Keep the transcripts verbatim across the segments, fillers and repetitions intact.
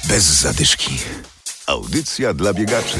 Bez zadyszki. Audycja dla biegaczy.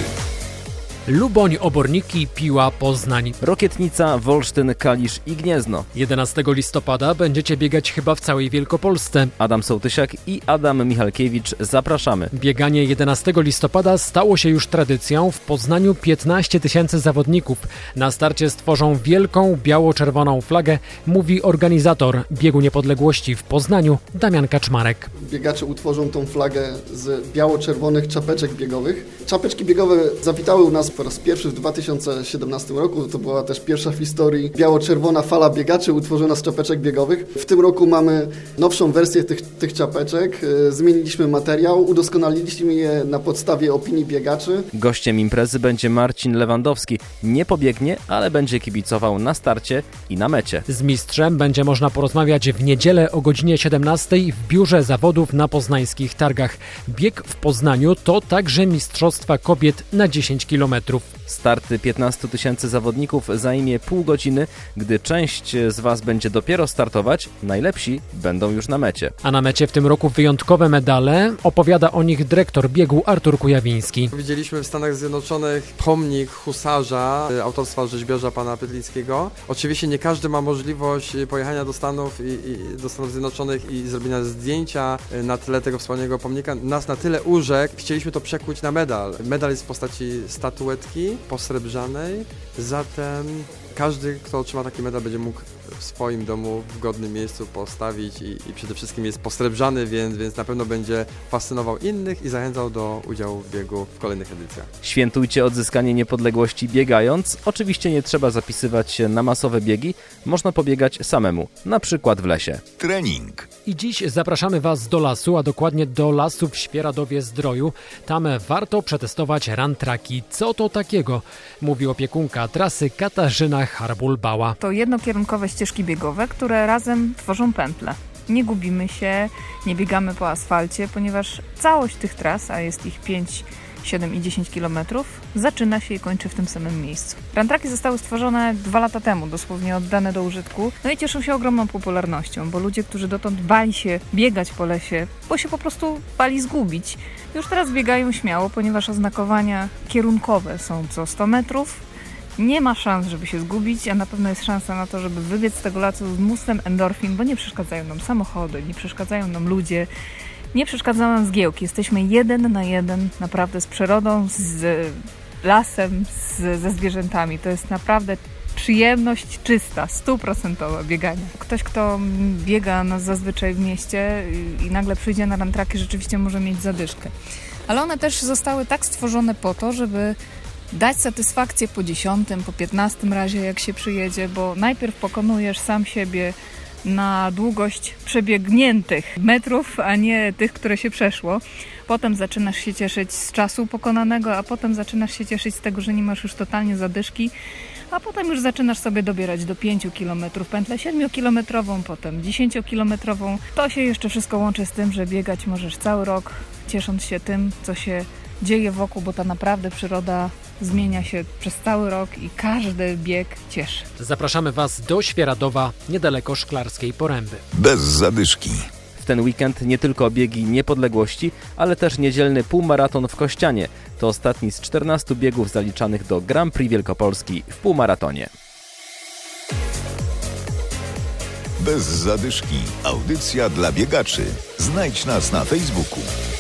Luboń, Oborniki, Piła, Poznań. Rokietnica, Wolsztyn, Kalisz i Gniezno. jedenastego listopada będziecie biegać chyba w całej Wielkopolsce. Adam Sołtysiak i Adam Michalkiewicz, zapraszamy. Bieganie jedenastego listopada stało się już tradycją. W Poznaniu piętnaście tysięcy zawodników. Na starcie stworzą wielką biało-czerwoną flagę, mówi organizator Biegu Niepodległości w Poznaniu, Damian Kaczmarek. Biegacze utworzą tą flagę z biało-czerwonych czapeczek biegowych. Czapeczki biegowe zawitały u nas po raz pierwszy w dwa tysiące siedemnastym roku. To była też pierwsza w historii biało-czerwona fala biegaczy utworzona z czapeczek biegowych. W tym roku mamy nowszą wersję tych, tych czapeczek. Zmieniliśmy materiał, udoskonaliliśmy je na podstawie opinii biegaczy. Gościem imprezy będzie Marcin Lewandowski. Nie pobiegnie, ale będzie kibicował na starcie i na mecie. Z mistrzem będzie można porozmawiać w niedzielę o godzinie siedemnastej w biurze zawodów na poznańskich targach. Bieg w Poznaniu to także mistrzostwa kobiet na dziesięć kilometrów. Starty piętnastu tysięcy zawodników zajmie pół godziny. Gdy część z Was będzie dopiero startować, najlepsi będą już na mecie. A na mecie w tym roku wyjątkowe medale. Opowiada o nich dyrektor biegu Artur Kujawiński. Widzieliśmy w Stanach Zjednoczonych pomnik husarza autorstwa rzeźbiarza pana Pydlickiego. Oczywiście nie każdy ma możliwość pojechania do Stanów, i, i do Stanów Zjednoczonych i zrobienia zdjęcia na tle tego wspaniałego pomnika. Nas na tyle urzekł, chcieliśmy to przekuć na medal. Medal jest w postaci statuetki posrebrzanej, zatem każdy, kto otrzyma taki medal, będzie mógł w swoim domu, w godnym miejscu postawić i, i przede wszystkim jest posrebrzany, więc, więc na pewno będzie fascynował innych i zachęcał do udziału w biegu w kolejnych edycjach. Świętujcie odzyskanie niepodległości biegając. Oczywiście nie trzeba zapisywać się na masowe biegi, można pobiegać samemu, na przykład w lesie. Trening. I dziś zapraszamy Was do lasu, a dokładnie do lasu w Świeradowie-Zdroju. Tam warto przetestować run-traki. Co to takiego? Mówi opiekunka trasy Katarzyna Harbul-Bała. To jednokierunkowe ścieżki biegowe, które razem tworzą pętlę. Nie gubimy się, nie biegamy po asfalcie, ponieważ całość tych tras, a jest ich pięć, siedem i dziesięć kilometrów, zaczyna się i kończy w tym samym miejscu. Run-traki zostały stworzone dwa lata temu, dosłownie oddane do użytku, no i cieszą się ogromną popularnością, bo ludzie, którzy dotąd bali się biegać po lesie, bo się po prostu bali zgubić, już teraz biegają śmiało, ponieważ oznakowania kierunkowe są co sto metrów. Nie ma szans, żeby się zgubić, a na pewno jest szansa na to, żeby wybiec z tego lasu z mnóstwem endorfin, bo nie przeszkadzają nam samochody, nie przeszkadzają nam ludzie, nie przeszkadzają nam zgiełki. Jesteśmy jeden na jeden naprawdę z przyrodą, z lasem, z, ze zwierzętami. To jest naprawdę przyjemność czysta, stuprocentowa biegania. Ktoś, kto biega no, zazwyczaj w mieście i, i nagle przyjdzie na run-traki, rzeczywiście może mieć zadyszkę. Ale one też zostały tak stworzone po to, żeby dać satysfakcję po dziesiątym, po piętnastym razie, jak się przyjedzie, bo najpierw pokonujesz sam siebie na długość przebiegniętych metrów, a nie tych, które się przeszło. Potem zaczynasz się cieszyć z czasu pokonanego, a potem zaczynasz się cieszyć z tego, że nie masz już totalnie zadyszki, a potem już zaczynasz sobie dobierać do pięciu kilometrów pętlę siedmiokilometrową, potem dziesięciokilometrową. To się jeszcze wszystko łączy z tym, że biegać możesz cały rok, ciesząc się tym, co się dzieje wokół, bo ta naprawdę przyroda zmienia się przez cały rok i każdy bieg cieszy. Zapraszamy Was do Świeradowa, niedaleko Szklarskiej Poręby. Bez zadyszki. W ten weekend nie tylko biegi niepodległości, ale też niedzielny półmaraton w Kościanie. To ostatni z czternastu biegów zaliczanych do Grand Prix Wielkopolski w półmaratonie. Bez zadyszki. Audycja dla biegaczy. Znajdź nas na Facebooku.